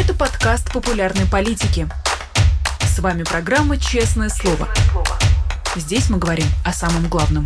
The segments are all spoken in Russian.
Это подкаст популярной политики. С вами программа «Честное слово». Здесь мы говорим о самом главном.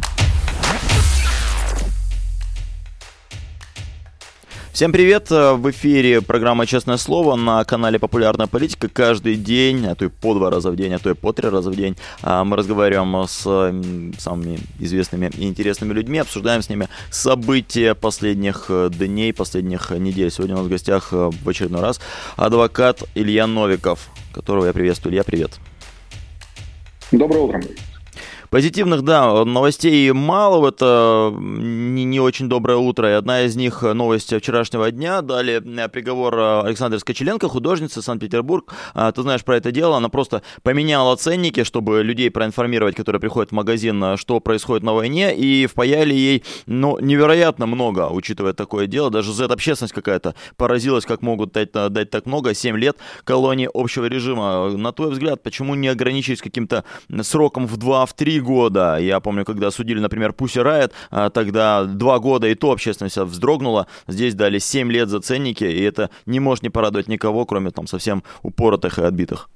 Всем привет! В эфире программа «Честное слово» на канале «Популярная политика». Каждый день, а то и по 2 раза в день, а то и по 3 раза в день мы разговариваем с самыми известными и интересными людьми, обсуждаем с ними события последних дней, последних недель. Сегодня у нас в гостях в очередной раз адвокат Илья Новиков, которого я приветствую. Илья, привет! Доброе утро! Позитивных, да, новостей мало в это не очень доброе утро. И одна из них новость вчерашнего дня. Дали приговор Александре Скочеленко, художнице, Санкт-Петербург. Ты знаешь про это дело. Она просто поменяла ценники, чтобы людей проинформировать, которые приходят в магазин, что происходит на войне. И впаяли ей, невероятно много, учитывая такое дело. Даже Z-общественность какая-то поразилась, как могут дать так много. 7 лет колонии общего режима. На твой взгляд, почему не ограничились каким-то сроком в 2-3 года? Я помню, когда судили, например, Pussy Riot, тогда 2 года, и то общественность вздрогнула. Здесь дали 7 лет за ценники, и это не может не порадовать никого, кроме там совсем упоротых и отбитых.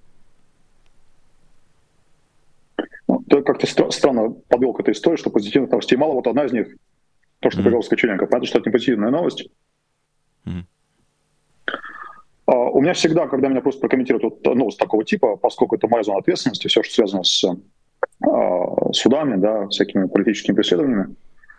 Ты как-то странно подвел к этой истории, что позитивных новостей мало. Вот одна из них, то, что приговор Скочеленко. Понятно, что это не позитивная новость. У меня всегда, когда меня просто прокомментируют новость такого типа, поскольку это моя зона ответственности, все, что связано с судами, да, всякими политическими преследованиями.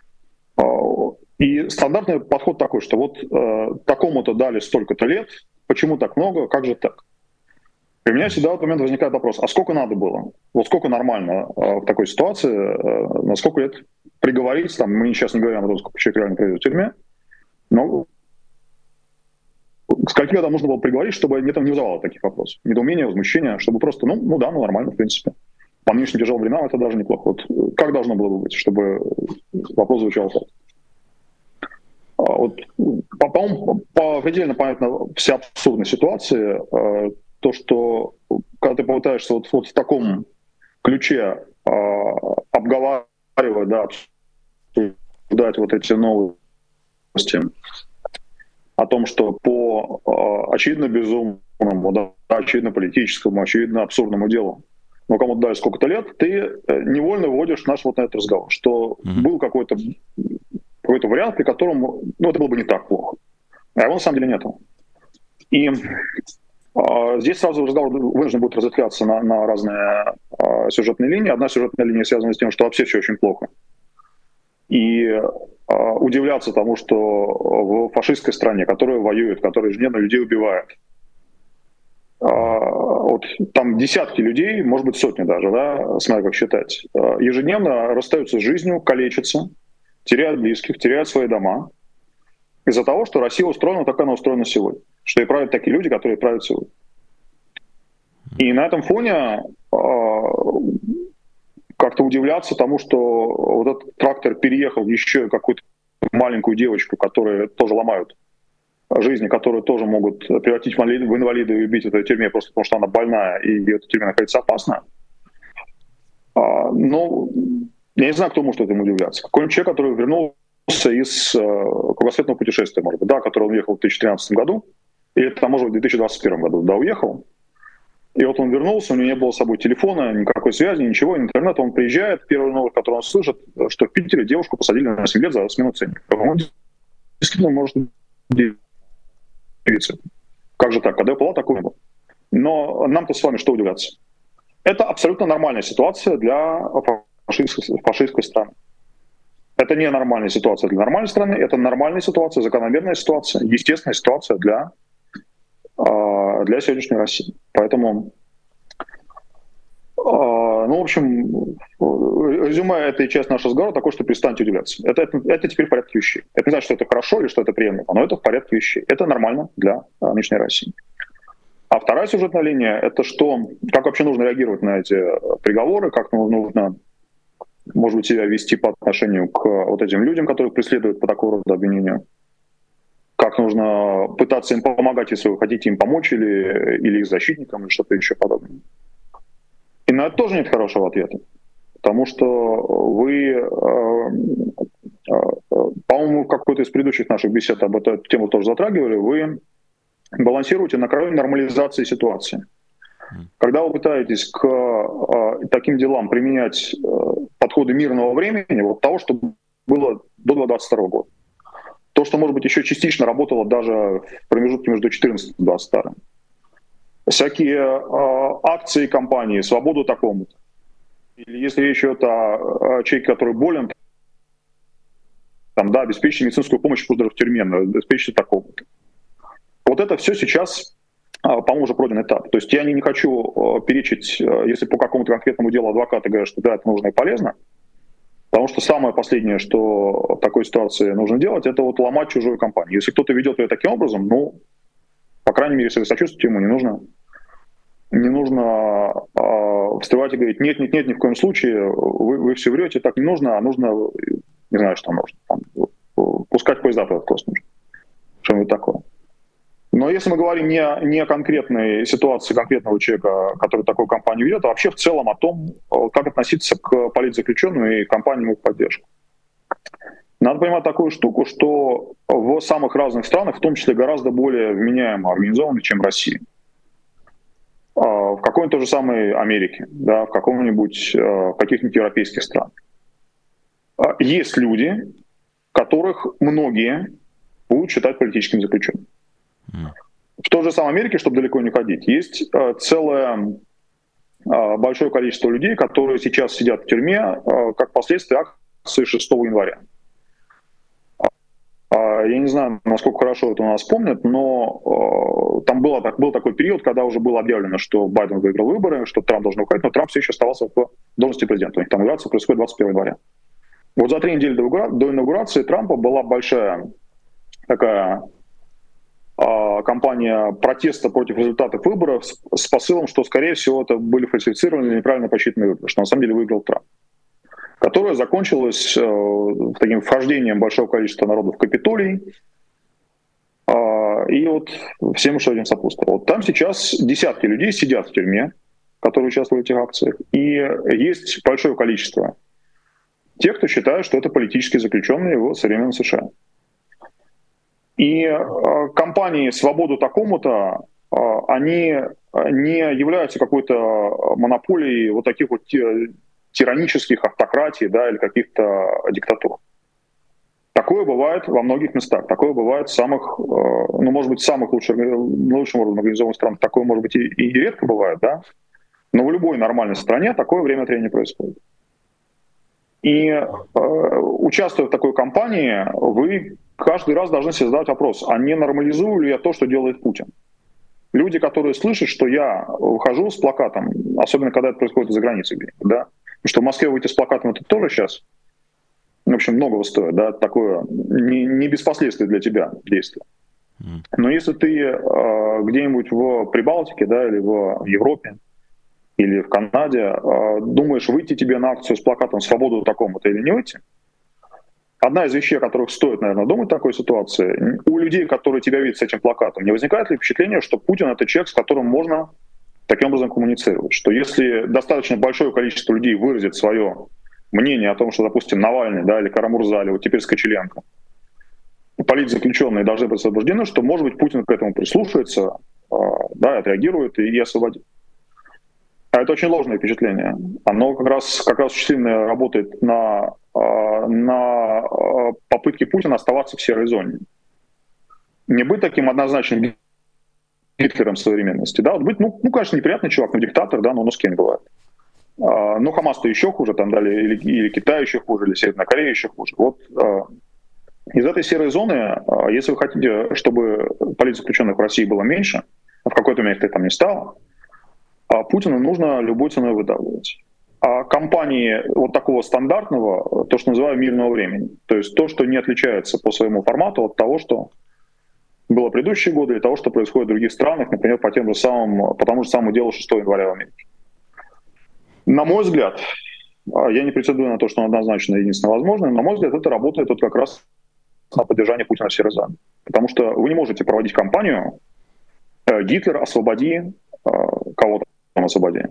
И стандартный подход такой, что вот такому-то дали столько-то лет, почему так много, как же так? И у меня всегда в этот момент возникает вопрос, а сколько надо было? Вот сколько нормально в такой ситуации, на сколько лет приговорить, там, мы сейчас не говорим о том, сколько человек реально проведет в тюрьме, но скольки годам нужно было приговорить, чтобы это не вызывало таких вопросов? Недоумение, возмущение, чтобы просто, нормально, в принципе. По нынешним тяжелым временам это даже неплохо. Вот как должно было бы быть, чтобы вопрос звучал так? По-моему, предельно понятна вся абсурдная ситуация. То, что когда ты попытаешься вот в таком ключе обговаривать, да, обсуждать вот эти новости о том, что по очевидно безумному, да, очевидно политическому, очевидно абсурдному делу кому-то дали сколько-то лет, ты невольно вводишь нас вот на этот разговор, что был какой-то вариант, при котором это было бы не так плохо. А его на самом деле нету. И здесь сразу разговор вынужден будет разветвляться на разные сюжетные линии. Одна сюжетная линия связана с тем, что вообще все очень плохо. И удивляться тому, что в фашистской стране, которая воюет, которая ежедневно людей убивает, вот там десятки людей, может быть сотни даже, да, смотря как считать, ежедневно расстаются с жизнью, калечатся, теряют близких, теряют свои дома из-за того, что Россия устроена, как она устроена сегодня, что и правят такие люди, которые правят сегодня. И на этом фоне как-то удивляться тому, что вот этот трактор переехал еще какую-то маленькую девочку, которую тоже ломают жизни, которые тоже могут превратить в инвалида и убить в этой тюрьме просто потому, что она больная и в этой тюрьме находится опасно. Но я не знаю, кто может этому удивляться. Какой-нибудь человек, который вернулся из кругосветного путешествия, может быть, да, который он уехал в 2013 году, или там, может быть, в 2021 году, да, уехал. И вот он вернулся, у него не было с собой телефона, никакой связи, ничего, интернета. Он приезжает, первая новость, которую он слышит, что в Питере девушку посадили на 7 лет за смену ценника. Он действительно может удивиться. Как же так? Когда я была, такого не было. Но нам-то с вами что удивляться? Это абсолютно нормальная ситуация для фашистской страны. Это не нормальная ситуация для нормальной страны, это нормальная ситуация, закономерная ситуация, естественная ситуация для сегодняшней России. Поэтому, в общем, резюме этой части нашего разговора такое, что перестаньте удивляться. Это теперь в порядке вещей. Это не значит, что это хорошо или что это приемлемо, но это в порядке вещей. Это нормально для нынешней России. А вторая сюжетная линия — это что, как вообще нужно реагировать на эти приговоры, как нужно, может быть, себя вести по отношению к вот этим людям, которых преследуют по такого рода обвинению. Как нужно пытаться им помогать, если вы хотите им помочь, или их защитникам, или что-то еще подобное. И на это тоже нет хорошего ответа. Потому что вы, по-моему, в какой-то из предыдущих наших бесед об эту тему тоже затрагивали, вы балансируете на краю нормализации ситуации. Когда вы пытаетесь к таким делам применять подходы мирного времени, вот того, что было до 2022 года, то, что, может быть, еще частично работало даже в промежутке между 2014 и 2022. Всякие акции компании, свободу такому-то. Или если речь идет о человеке, который болен, там, да, обеспечить медицинскую помощь в тюрьме, обеспечить такому-то. Вот это все сейчас, по-моему, уже пройден этап. То есть я не хочу перечить, если по какому-то конкретному делу адвокаты говорят, что да, это нужно и полезно, потому что самое последнее, что в такой ситуации нужно делать, это вот ломать чужую компанию. Если кто-то ведет ее таким образом, ну, по крайней мере, если вы сочувствуете ему, не нужно встревать и говорить, нет, ни в коем случае, вы все врете, так не нужно, а нужно, не знаю, что нужно, там, пускать поезда в этот космос нужно, что-нибудь такое. Но если мы говорим не о конкретной ситуации конкретного человека, который такую компанию ведет, а вообще в целом о том, как относиться к политзаключенным и компаниям их поддержку. Надо понимать такую штуку, что в самых разных странах, в том числе гораздо более вменяемо организованы, чем Россия. В какой-нибудь той же самой Америке, да, в каких-нибудь европейских странах. Есть люди, которых многие будут считать политическими заключенными. В той же самой Америке, чтобы далеко не ходить, есть целое большое количество людей, которые сейчас сидят в тюрьме как последствия акции 6 января. Я не знаю, насколько хорошо это у нас помнят, но там был такой период, когда уже было объявлено, что Байден выиграл выборы, что Трамп должен уходить, но Трамп все еще оставался в должности президента. У них там инаугурация происходит 21 января. Вот за 3 недели до инаугурации Трампа была большая такая кампания протеста против результатов выборов с посылом, что, скорее всего, это были фальсифицированные, неправильно посчитанные выборы, что на самом деле выиграл Трамп, которая закончилась таким вхождением большого количества народу в Капитолий, и вот всем, что этим сопутствовало. Вот там сейчас десятки людей сидят в тюрьме, которые участвуют в этих акциях, и есть большое количество тех, кто считает, что это политические заключенные в современном США. И компании «Свободу такому-то», они не являются какой-то монополией вот таких вот тиранических автократий, да, или каких-то диктатур. Такое бывает во многих местах. Такое бывает в самых, может быть, самых лучшим образом организованных странах. Такое, может быть, и редко бывает, да. Но в любой нормальной стране такое время от времени происходит. И участвуя в такой кампании, вы каждый раз должны себе задавать вопрос, а не нормализую ли я то, что делает Путин? Люди, которые слышат, что я выхожу с плакатом, особенно когда это происходит за границей где-нибудь, да, потому что в Москве выйти с плакатом это тоже сейчас, в общем, многого стоит, да, такое не без последствий для тебя действие. Но если ты где-нибудь в Прибалтике, да, или в Европе, или в Канаде, думаешь, выйти тебе на акцию с плакатом «Свободу такому-то» или не выйти, одна из вещей, о которых стоит, наверное, думать в такой ситуации, у людей, которые тебя видят с этим плакатом, не возникает ли впечатление, что Путин — это человек, с которым можно таким образом коммуницировать? Что если достаточно большое количество людей выразит свое мнение о том, что, допустим, Навальный, да, или Карамурза, или вот теперь Скочеленко, политзаключенные должны быть освобождены, что, может быть, Путин к этому прислушается, да, отреагирует и освободит. А это очень ложное впечатление. Оно как раз очень сильно работает на попытке Путина оставаться в серой зоне. Не быть таким однозначным Гитлером современности. Да? Вот быть, конечно, неприятный чувак, диктатор, да, но с кем бывает. Хамас-то еще хуже, там далее, или Китай еще хуже, или Северная Корея еще хуже. Вот из этой серой зоны, если вы хотите, чтобы политзаключенных в России было меньше, а в какой-то момент их там не стало, Путину нужно любой ценой выдавливать. А кампании вот такого стандартного, то, что называю мирного времени, то есть то, что не отличается по своему формату от того, что было в предыдущие годы, или того, что происходит в других странах, например, по тому же самому делу 6 января в Америке. На мой взгляд, я не претендую на то, что однозначно единственно возможно, но, на мой взгляд, это работает вот как раз на поддержание Путина в серой зоне. Потому что вы не можете проводить кампанию «Гитлер, освободи кого-то, освободи».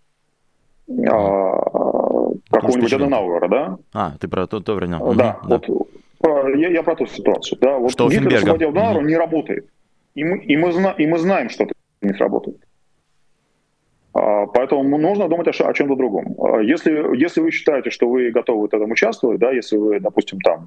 Какого-нибудь Аденауэра, да? Ты про то время. Да, вот я про ту ситуацию. Да, вот Гитлер, освободил Аденауэра, не работает. И мы знаем, что это не сработает. Поэтому нужно думать о чем-то другом. Если вы считаете, что вы готовы в этом участвовать, да, если вы, допустим, там,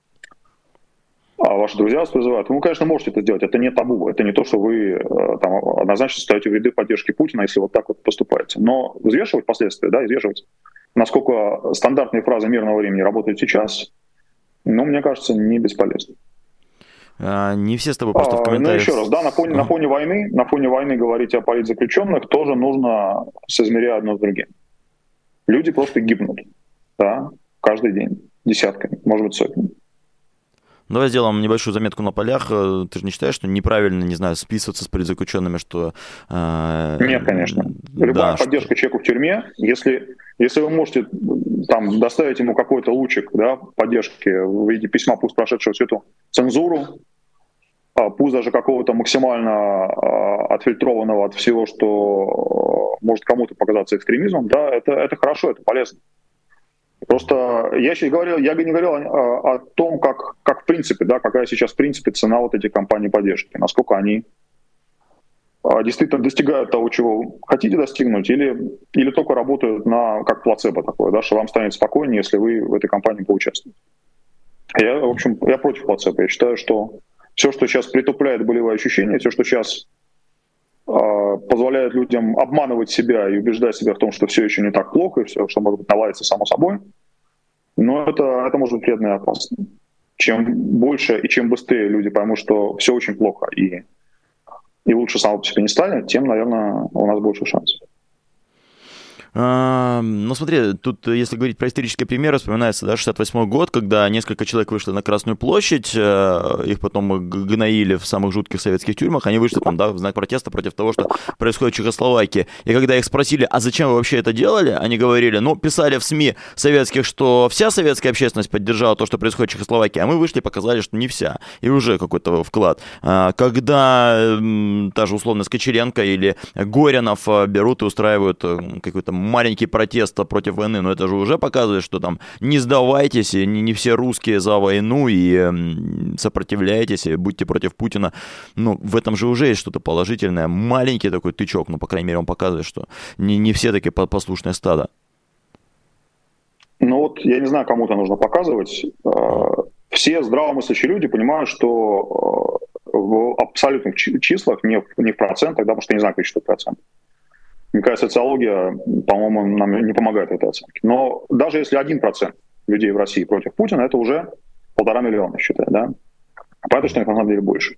ваши друзья вас призывают, вы, конечно, можете это сделать. Это не табу, это не то, что вы там однозначно стоите в ряды поддержки Путина, если вот так вот поступаете. Но взвешивать последствия, да, взвешивать, насколько стандартные фразы мирного времени работают сейчас, мне кажется, не бесполезно. Не все с тобой просто в комментариях... еще раз, да, на фоне войны говорить о политзаключенных тоже нужно соизмерять одно с другим. Люди просто гибнут, да, каждый день, десятками, может быть, сотнями. Давай сделаем небольшую заметку на полях. Ты же не считаешь, что неправильно, не знаю, списываться с политзаключенными, что... Нет, конечно. Любая поддержка человеку в тюрьме, если вы можете там доставить ему какой-то лучик, да, поддержки в виде письма, пусть прошедшего всю эту цензуру, пусть даже какого-то максимально отфильтрованного от всего, что может кому-то показаться экстремизмом, да, это хорошо, это полезно. Просто я не говорил о том, как в принципе, да, какая сейчас в принципе цена вот этих компаний поддержки, насколько они действительно достигают того, чего хотите достигнуть, или только работают как плацебо такое, да, что вам станет спокойнее, если вы в этой компании поучаствуете. Я против плацебо. Я считаю, что все, что сейчас притупляет болевые ощущения, все, что сейчас позволяет людям обманывать себя и убеждать себя в том, что все еще не так плохо, и все, что может быть наладится само собой, но это может быть вредно и опасно. Чем больше и чем быстрее люди поймут, что все очень плохо и лучше само по себе не станет, тем, наверное, у нас больше шансов. Ну смотри, тут если говорить про исторические примеры, вспоминается, да, 68-й год, когда несколько человек вышли на Красную площадь, их потом гноили в самых жутких советских тюрьмах, они вышли там, да, в знак протеста против того, что происходит в Чехословакии. И когда их спросили, а зачем вы вообще это делали, они говорили, писали в СМИ советских, что вся советская общественность поддержала то, что происходит в Чехословакии, а мы вышли и показали, что не вся, и уже какой-то вклад. Когда та же условно Скочеленко или Горинов берут и устраивают какой-то маленький протест против войны, но это же уже показывает, что там не сдавайтесь, не все русские за войну и сопротивляйтесь, и будьте против Путина. В этом же уже есть что-то положительное. Маленький такой тычок, по крайней мере, он показывает, что не все такие послушные стада. Я не знаю, кому-то нужно показывать. Все здравомыслящие люди понимают, что в абсолютных числах, не в процентах, да, потому что я не знаю, какие проценты. Никакая социология, по-моему, нам не помогает в этой оценке. Но даже если 1% людей в России против Путина, это уже 1,5 миллиона, считай, да? Понятно, что их на самом деле больше.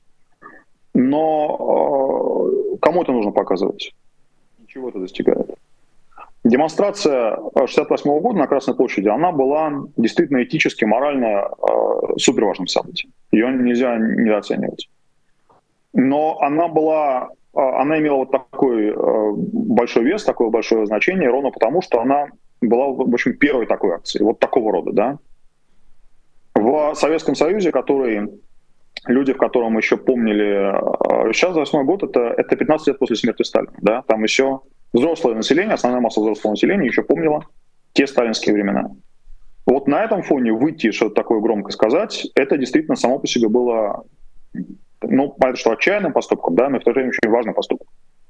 Но кому это нужно показывать? Чего это достигает? Демонстрация 68 года на Красной площади, она была действительно этически, морально суперважным событием. Ее нельзя недооценивать. Но она имела вот такой большой вес, такое большое значение, ровно потому, что она была, в общем, первой такой акцией, вот такого рода, да. В Советском Союзе, люди, в котором еще помнили, сейчас 8 год, это 15 лет после смерти Сталина, да, там еще взрослое население, основная масса взрослого населения еще помнила те сталинские времена. Вот на этом фоне выйти и что-то такое громко сказать, это действительно само по себе было... понятно, что отчаянным поступком, да, но в то же время очень важным поступком.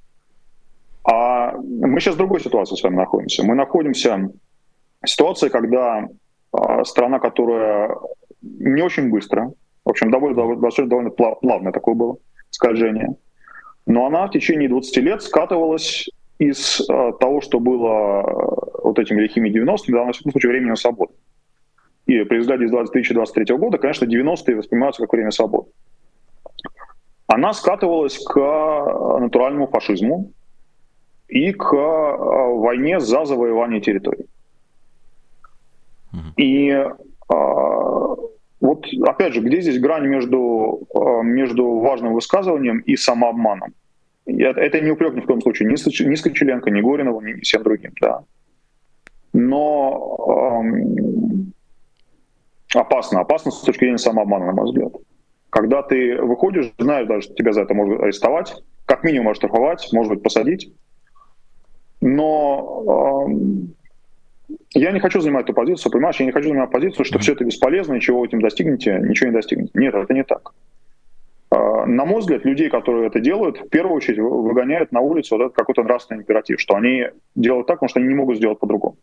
А мы сейчас в другой ситуации с вами находимся. Мы находимся в ситуации, когда страна, которая не очень быстро, в общем, довольно плавное такое было скольжение, но она в течение 20 лет скатывалась из того, что было вот этими лихими 90-ми, да, на всяком случае, временем свободы. И при взгляде из 2023 года, конечно, 90-е воспринимаются как время свободы. Она скатывалась к натуральному фашизму и к войне за завоевание территорий. И вот опять же, где здесь грань между важным высказыванием и самообманом? Это не упрек ни в коем случае ни Скочеленко, ни Горинову, ни всем другим, да. Но опасно с точки зрения самообмана, на мой взгляд. Когда ты выходишь, знаешь даже, что тебя за это можно арестовать, как минимум оштрафовать, может быть, посадить. Но я не хочу занимать эту позицию, понимаешь? Я не хочу занимать позицию, что все это бесполезно, ничего вы этим достигнете, ничего не достигнете. Нет, это не так. На мой взгляд, людей, которые это делают, в первую очередь выгоняют на улицу вот этот какой-то нравственный императив, что они делают так, потому что они не могут сделать по-другому.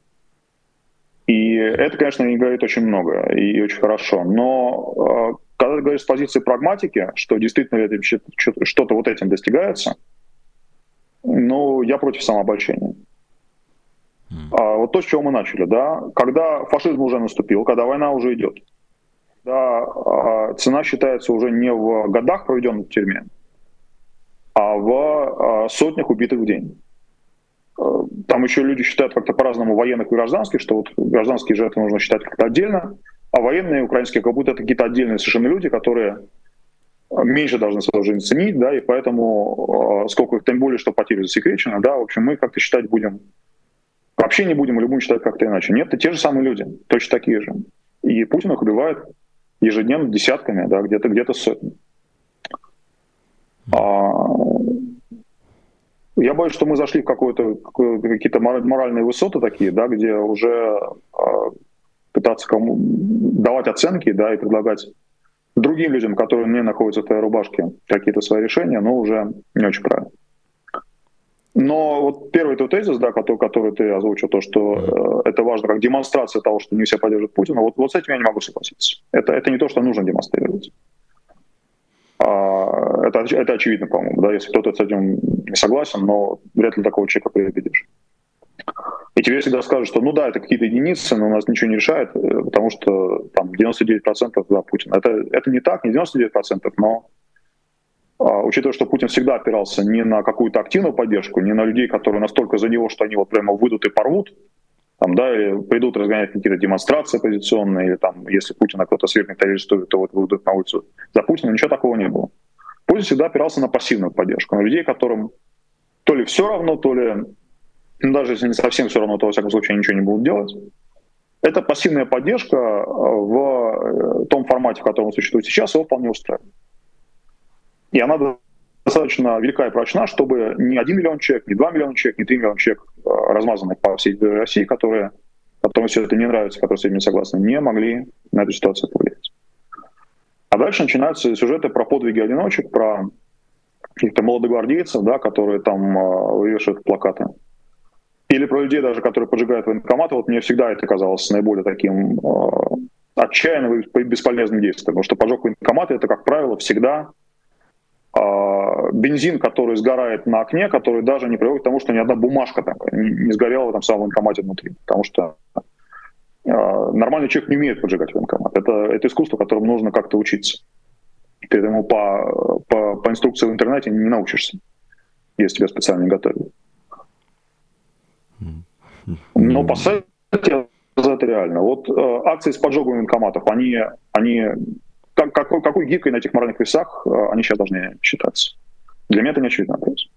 И это, конечно, не говорит очень много и очень хорошо. Но когда ты говоришь с позиции прагматики, что действительно что-то вот этим достигается, ну, я против самообольщения. Вот то, с чего мы начали, да, когда фашизм уже наступил, когда война уже идет, да, цена считается уже не в годах, проведенных в тюрьме, а в сотнях убитых в день. Там еще люди считают как-то по-разному военных и гражданских, что вот гражданские жертвы нужно считать как-то отдельно, а военные украинские как будто это какие-то отдельные совершенно люди, которые меньше должны свою жизнь ценить, да, и поэтому сколько их, тем более, что потери засекречены, да, в общем, мы как-то считать будем, вообще не будем или будем считать как-то иначе. Нет, это те же самые люди, точно такие же. И Путин их убивает ежедневно десятками, да, где-то сотни. Я боюсь, что мы зашли в какие-то моральные высоты такие, да, где уже пытаться давать оценки, да, и предлагать другим людям, которые не находятся в твоей рубашке, какие-то свои решения, но уже не очень правильно. Но вот первый твой тезис, да, который ты озвучил, то, что это важно как демонстрация того, что не все поддерживают Путина, вот с этим я не могу согласиться. Это не то, что нужно демонстрировать. Это очевидно, по-моему, да, если кто-то с этим не согласен, но вряд ли такого человека переубедишь. И тебе всегда скажут, что ну да, это какие-то единицы, но у нас ничего не решает, потому что там 99% за Путина. Это не так, не 99%, но учитывая, что Путин всегда опирался не на какую-то активную поддержку, не на людей, которые настолько за него, что они вот прямо выйдут и порвут, там, да, или придут разгонять какие-то демонстрации оппозиционные, или там, если Путина кто-то свергнет или арестует, то вот выйдут на улицу за Путина, ничего такого не было. Путин всегда опирался на пассивную поддержку, на людей, которым то ли все равно, то ли, ну, даже если не совсем все равно, то, во всяком случае, ничего не будут делать. Эта пассивная поддержка в том формате, в котором существует сейчас, его вполне устраивает. И она достаточно велика и прочна, чтобы ни 1 миллион человек, ни 2 миллиона человек, ни 3 миллиона человек, размазанных по всей России, которым все это не нравится, которые с этим не согласны, не могли на эту ситуацию повлиять. А дальше начинаются сюжеты про подвиги одиночек, про каких-то молодогвардейцев, да, которые там вывешивают плакаты. Или про людей даже, которые поджигают военкоматы. Вот мне всегда это казалось наиболее таким отчаянным и бесполезным действием. Потому что поджог военкомата — это, как правило, всегда бензин, который сгорает на окне, который даже не приводит к тому, что ни одна бумажка там не сгорела в этом самом военкомате внутри. Потому что нормальный человек не умеет поджигать военкомат. Это искусство, которому нужно как-то учиться. Ты этому по инструкции в интернете не научишься, если тебя специально не готовят. Но по сути это реально. Вот акции с поджогом военкоматов, они какой гиркой на этих моральных весах они сейчас должны считаться? Для меня это не очевидный вопрос.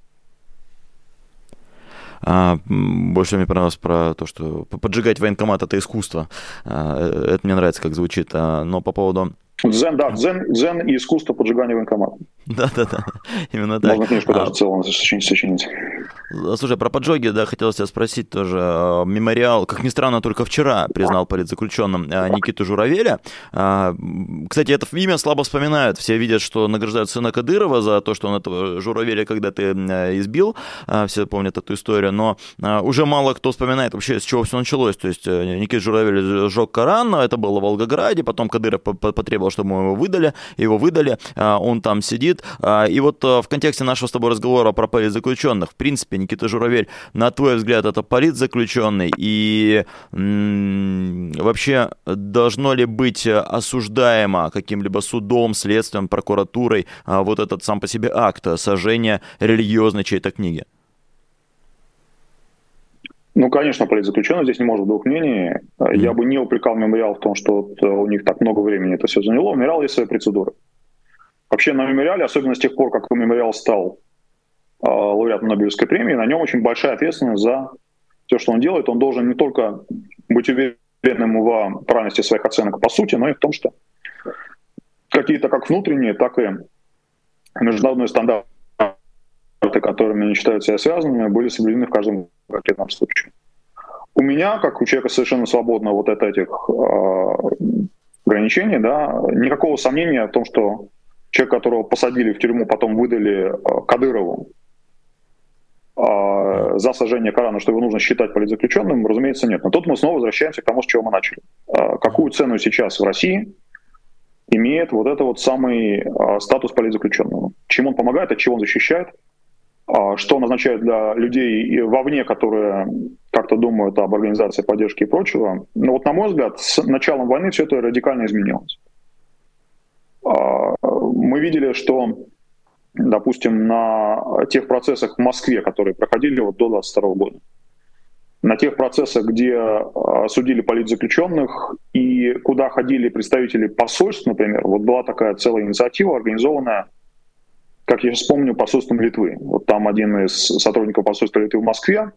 Больше мне понравилось про то, что поджигать военкомат — это искусство. Это мне нравится, как звучит. Но по поводу... Дзен и искусство поджигания военкомата. Да, именно так. Можно книжку даже целую сочинить. Слушай, про поджоги, да, хотелось тебя спросить тоже. Мемориал, как ни странно, только вчера признал политзаключенным Никиту Журавеля. Кстати, это имя слабо вспоминают. Все видят, что награждают сына Кадырова за то, что он этого Журавеля когда-то избил. Все помнят эту историю. Но уже мало кто вспоминает вообще, с чего все началось. То есть Никита Журавель сжег Коран, это было в Волгограде, потом Кадыров потребовал, чтобы его выдали, он там сидит. И вот в контексте нашего с тобой разговора про политзаключенных, в принципе, Никита Журавель, на твой взгляд, это политзаключенный? И вообще, должно ли быть осуждаемо каким-либо судом, следствием, прокуратурой вот этот сам по себе акт сожжения религиозной чьей-то книги? Ну, конечно, политзаключенных здесь не может быть двух мнений. Я бы не упрекал мемориал в том, что вот у них так много времени это все заняло. У мемориала есть свои процедуры. Вообще на мемориале, особенно с тех пор, как мемориал стал лауреатом Нобелевской премии, на нем очень большая ответственность за все, что он делает. Он должен не только быть уверенным в правильности своих оценок по сути, но и в том, что какие-то как внутренние, так и международные стандарты, которыми они считают себя связанными, были соблюдены в каждом конкретном случае. У меня, как у человека совершенно свободного от этих ограничений, да, никакого сомнения в том, что человек, которого посадили в тюрьму, потом выдали Кадырову за сожжение Корана, что его нужно считать политзаключенным, разумеется, нет. Но тут мы снова возвращаемся к тому, с чего мы начали. Какую цену сейчас в России имеет вот это вот самый статус политзаключенного? Чем он помогает, от чего он защищает? Что он означает для людей вовне, которые как-то думают об организации поддержки и прочего. Но вот, на мой взгляд, с началом войны все это радикально изменилось. Мы видели, что, допустим, на тех процессах в Москве, которые проходили вот до 2022 года, на тех процессах, где судили политзаключенных и куда ходили представители посольств, например, вот была такая целая инициатива, организованная, как я сейчас помню, посольством Литвы. Вот там один из сотрудников посольства Литвы в Москве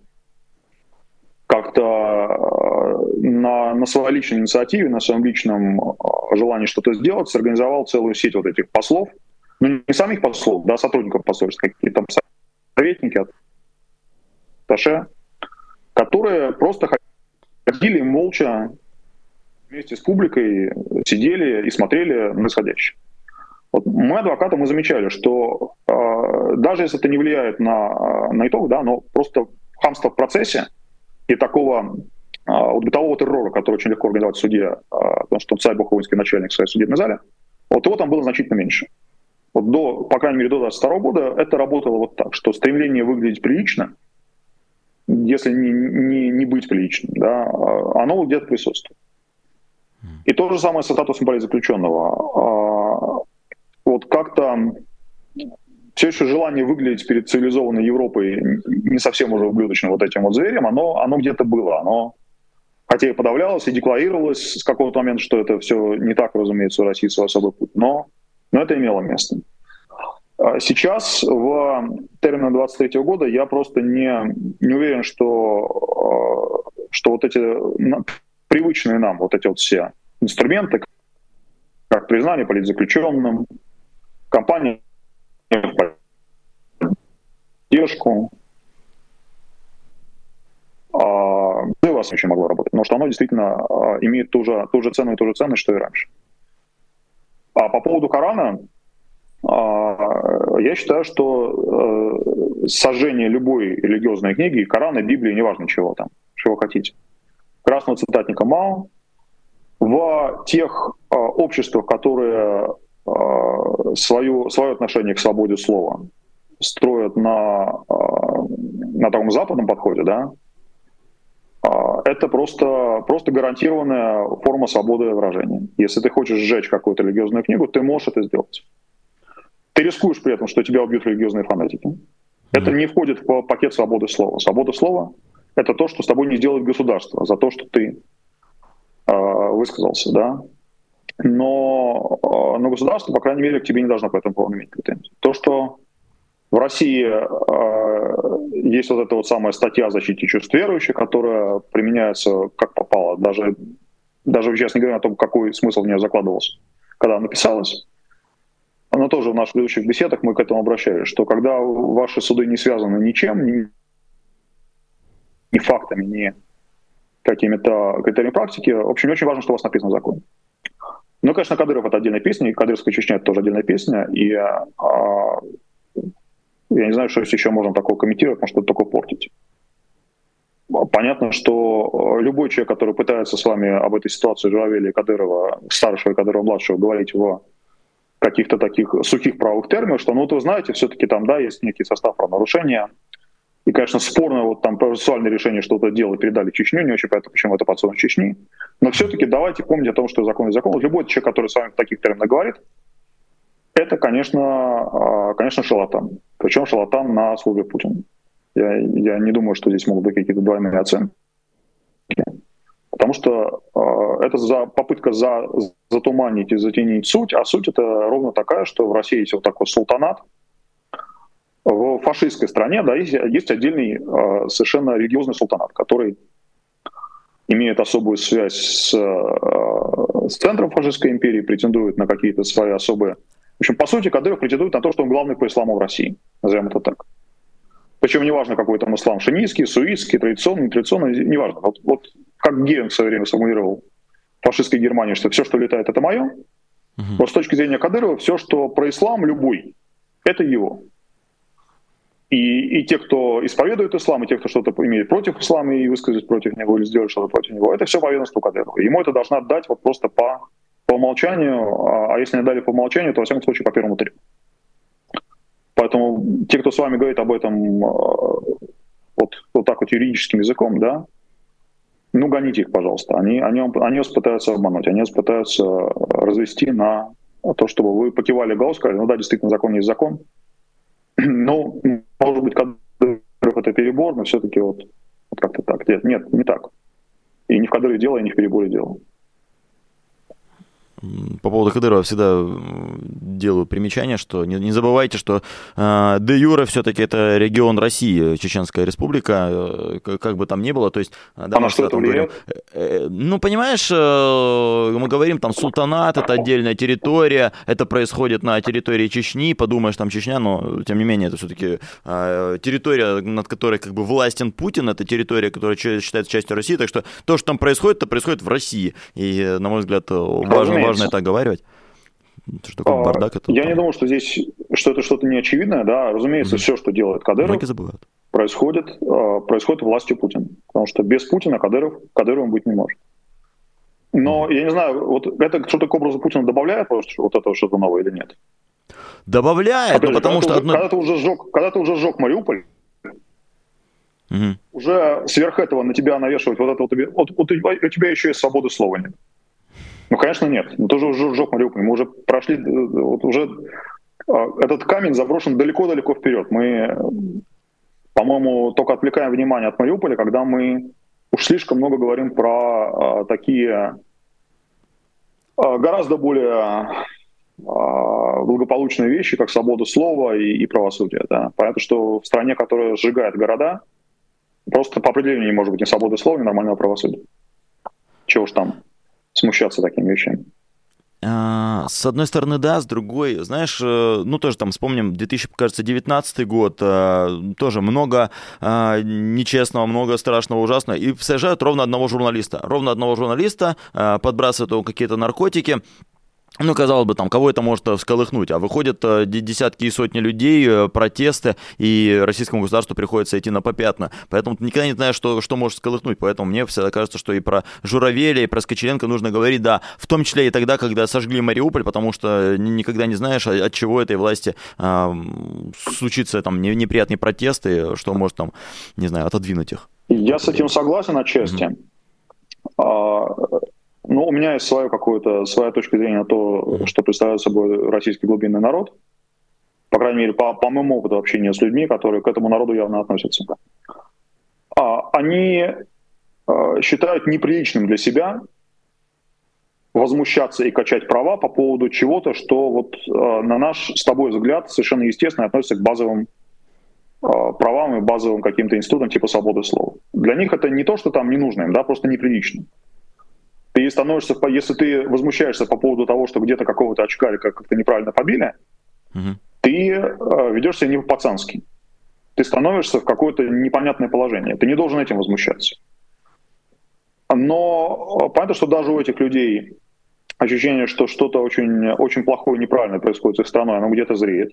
как-то на своей личной инициативе, на своем личном желании что-то сделать, сорганизовал целую сеть вот этих послов, ну не самих послов, да, сотрудников посольств, какие-то там советники, атташе, которые просто ходили молча вместе с публикой, сидели и смотрели на происходящее. Вот мы, адвокаты, мы замечали, что даже если это не влияет на итог, да, но просто хамство в процессе и такого вот бытового террора, который очень легко организовать в суде, потому что Цай Буховинский начальник в своей судебной зале, вот его там было значительно меньше. Вот по крайней мере, до 2022 года это работало вот так, что стремление выглядеть прилично, если не быть приличным, да, оно где-то присутствует. И то же самое со статусом политзаключенного. Вот как-то все еще желание выглядеть перед цивилизованной Европой не совсем уже ублюдочным вот этим вот зверем, оно где-то было. Оно, хотя и подавлялось, и декларировалось с какого-то момента, что это все не так, разумеется, у России свой особый путь, но это имело место. Сейчас, в термине 23 года, я просто не уверен, что вот эти привычные нам вот эти вот все инструменты, как признание политзаключенным, кампания поддержку, у вас очень могло работать, потому что оно действительно имеет ту же цену и ту же ценность, что и раньше. А по поводу Корана, я считаю, что сожжение любой религиозной книги, Корана, Библии, неважно чего там, чего хотите, красного цитатника мало. В тех обществах, которые свое отношение к свободе слова строят на таком западном подходе, да, это просто гарантированная форма свободы выражения. Если ты хочешь сжечь какую-то религиозную книгу, ты можешь это сделать. Ты рискуешь при этом, что тебя убьют религиозные фанатики. Это не входит в пакет свободы слова. Свобода слова — это то, что с тобой не сделает государство за то, что ты высказался, да. Но государство, по крайней мере, к тебе не должно по этому поводу иметь претензий. То, что в России есть вот эта вот самая статья о защите чувств верующих, которая применяется как попало, даже сейчас не говоря о том, какой смысл в нее закладывался, когда она написалась. Но тоже в наших предыдущих беседах мы к этому обращались, что когда ваши суды не связаны ничем, ни фактами, ни какими-то критериями практики, в общем, очень важно, что у вас написано в законе. Ну, конечно, Кадыров — это отдельная песня, и Кадыровская Чечня — это тоже отдельная песня, и я не знаю, что еще можно такого комментировать, потому что это только портить. Понятно, что любой человек, который пытается с вами об этой ситуации Журавеля и Кадырова, старшего и Кадырова-младшего, говорить в каких-то таких сухих правовых терминах, что, вот вы знаете, все-таки там, да, есть некий состав правонарушения, и, конечно, спорное вот там процессуальное решение, что это дело передали Чечню, не очень понятно, почему это подсунуть Чечни, но все-таки давайте помнить о том, что закон есть закон. Вот любой человек, который с вами в таких терминах говорит, это, конечно, шарлатан. Причем шарлатан на службе Путина. Я не думаю, что здесь могут быть какие-то двойные оценки. Потому что это попытка затуманить и затенить суть, а суть это ровно такая, что в России есть вот такой султанат. В фашистской стране, да, есть отдельный совершенно религиозный султанат, который имеет особую связь с центром фашистской империи, претендует на какие-то свои особые... В общем, по сути, Кадыров претендует на то, что он главный по исламу в России, назовем это так. Причем неважно, какой там ислам, шиитский, суитский, традиционный, нетрадиционный, неважно. Вот как Геринг в свое время сформулировал в фашистской Германии, что все, что летает, это мое. Вот с точки зрения Кадырова, все, что про ислам, любой, это его. И те, кто исповедует ислам, и те, кто что-то имеет против ислама и высказать против него или сделать что-то против него, это все по ведомству Кадырова. Ему это должна отдать вот просто по умолчанию, а если не дали по умолчанию, то, во всяком случае, по первому требованию. Поэтому те, кто с вами говорит об этом вот так вот юридическим языком, да, ну, гоните их, пожалуйста. Они вас пытаются обмануть, они вас пытаются развести на то, чтобы вы покивали голову, сказали, ну да, действительно, закон есть закон. Ну, может быть, Кадыров это перебор, но все-таки вот как-то так. Нет, не так. И не в Кадырове дело, и не в переборе дело. По поводу Кадырова всегда делаю примечание, что не забывайте, что де юре все-таки это регион России, Чеченская Республика, как бы там ни было. То есть, да, на что это влияет? Ну, понимаешь, мы говорим, там султанат, это отдельная территория, это происходит на территории Чечни, подумаешь, там Чечня, но тем не менее это все-таки территория, над которой как бы властен Путин, это территория, которая считается частью России, так что то, что там происходит, это происходит в России. И, на мой взгляд, важно это оговаривать. Что такое бардак? Это я не думаю, что здесь это что-то неочевидное. Да? Разумеется, все, что делает Кадыров, происходит властью Путина. Потому что без Путина Кадыровым быть не может. Но я не знаю, вот это что-то к образу Путина добавляет вот это что-то новое или нет? Добавляет, но потому что... Когда ты уже сжег Мариуполь, уже сверх этого на тебя навешивать вот это вот у тебя еще и свободы слова нет. Ну, конечно, нет. Мы тоже уже сжег Мариуполь. Мы уже прошли, уже этот камень заброшен далеко-далеко вперед. Мы, по-моему, только отвлекаем внимание от Мариуполя, когда мы уж слишком много говорим про такие гораздо более благополучные вещи, как свобода слова и правосудие. Да. Понятно, что в стране, которая сжигает города, просто по определению не может быть ни свободы слова, ни нормального правосудия. Чего уж там смущаться такими вещами. С одной стороны, да, с другой, знаешь, ну тоже там вспомним 2019 год, тоже много нечестного, много страшного, ужасного, и сажают ровно одного журналиста, подбрасывают ему какие-то наркотики. Ну, казалось бы, там, кого это может всколыхнуть? А выходят десятки и сотни людей, протесты, и российскому государству приходится идти на попятна. Поэтому ты никогда не знаешь, что может всколыхнуть. Поэтому мне всегда кажется, что и про Журавеля, и про Скочеленко нужно говорить, да, в том числе и тогда, когда сожгли Мариуполь, потому что никогда не знаешь, от чего этой власти случится там неприятные протесты, что может там, не знаю, отодвинуть их. Я с этим согласен отчасти. Ну, у меня есть своя точка зрения на то, что представляет собой российский глубинный народ. По крайней мере, по моему опыту общения с людьми, которые к этому народу явно относятся. Они считают неприличным для себя возмущаться и качать права по поводу чего-то, что вот на наш с тобой взгляд совершенно естественно относится к базовым правам и базовым каким-то институтам типа свободы слова. Для них это не то, что там не нужно им, да, просто неприлично. Ты становишься, если ты возмущаешься по поводу того, что где-то какого-то очкаря как-то неправильно побили, ты ведешь себя не по-пацански. Ты становишься в какое-то непонятное положение. Ты не должен этим возмущаться. Но понятно, что даже у этих людей ощущение, что что-то очень, очень плохое и неправильное происходит с их страной, оно где-то зреет.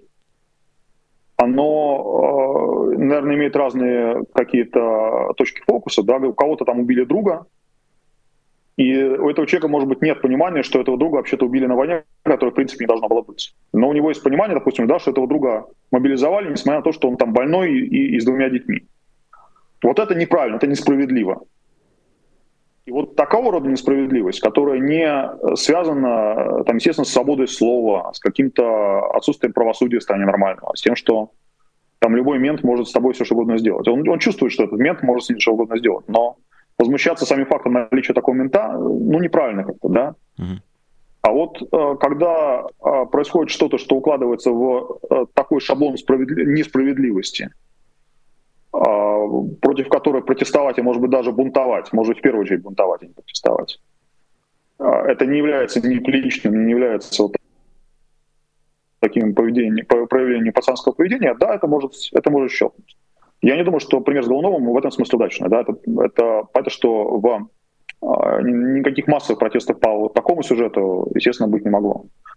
Оно, наверное, имеет разные какие-то точки фокуса. Да? У кого-то там убили друга, и у этого человека, может быть, нет понимания, что этого друга вообще-то убили на войне, которая, в принципе, не должна была быть. Но у него есть понимание, допустим, да, что этого друга мобилизовали, несмотря на то, что он там больной и с 2 детьми. Вот это неправильно, это несправедливо. И вот такого рода несправедливость, которая не связана, там, естественно, с свободой слова, с каким-то отсутствием правосудия в стране нормального, с тем, что там любой мент может с тобой все что угодно сделать. Он чувствует, что этот мент может с ним что угодно сделать, но возмущаться самим фактом наличия такого мента, ну, неправильно как-то, да? А вот когда происходит что-то, что укладывается в такой шаблон несправедливости, против которой протестовать и, может быть, даже бунтовать, может быть, в первую очередь бунтовать, а не протестовать, это не является неприличным, не является вот таким проявлением пацанского поведения, да, это может щелкнуть. Я не думаю, что пример с Голуновым в этом смысле удачный. Да? Это понятно, что никаких массовых протестов по вот такому сюжету, естественно, быть не могло.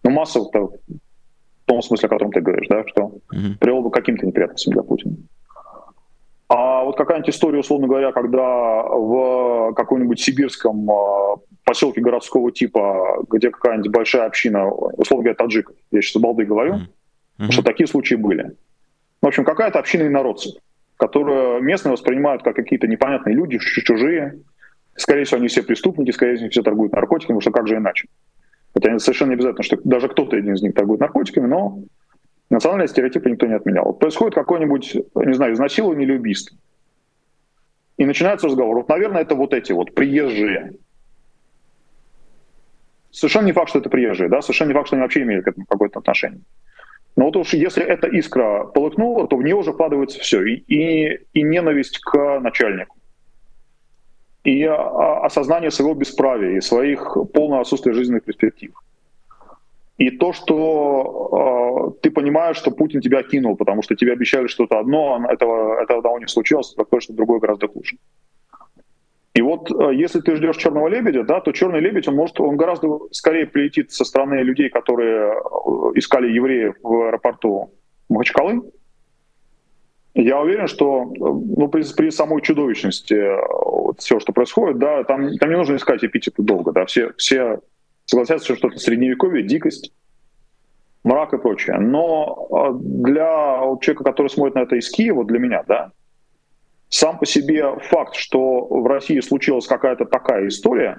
Ну, массово-то в том смысле, о котором ты говоришь, да, что привело бы к каким-то неприятностям для Путина. А вот какая-нибудь история, условно говоря, когда в каком-нибудь сибирском поселке городского типа, где какая-нибудь большая община, условно говоря, таджиков, я сейчас о балды говорю, что такие случаи были. В общем, какая-то община инородцев, которые местные воспринимают как какие-то непонятные люди, чужие. Скорее всего, они все преступники, скорее всего, все торгуют наркотиками, потому что как же иначе? Это совершенно не обязательно, что даже кто-то из них торгует наркотиками, но национальные стереотипы никто не отменял. Вот происходит какое-нибудь, не знаю, изнасилование или убийство. И начинается разговор. Вот, наверное, это вот эти вот приезжие. Совершенно не факт, что это приезжие, да, совершенно не факт, что они вообще имеют к этому какое-то отношение. Но вот уж если эта искра полыхнула, то в нее уже вкладывается все. И ненависть к начальнику, и осознание своего бесправия, и своих полного отсутствия жизненных перспектив. И то, что ты понимаешь, что Путин тебя кинул, потому что тебе обещали что-то одно, этого одного не случилось, такое что другое гораздо хуже. И вот если ты ждешь черного лебедя, да, то черный лебедь, он гораздо скорее прилетит со стороны людей, которые искали евреев в аэропорту Махачкалы. Я уверен, что при самой чудовищности вот, все, что происходит, да, там не нужно искать эпитеты долго, да, все согласятся, что это средневековье, дикость, мрак и прочее. Но для человека, который смотрит на это из Киева, для меня, да, сам по себе факт, что в России случилась какая-то такая история,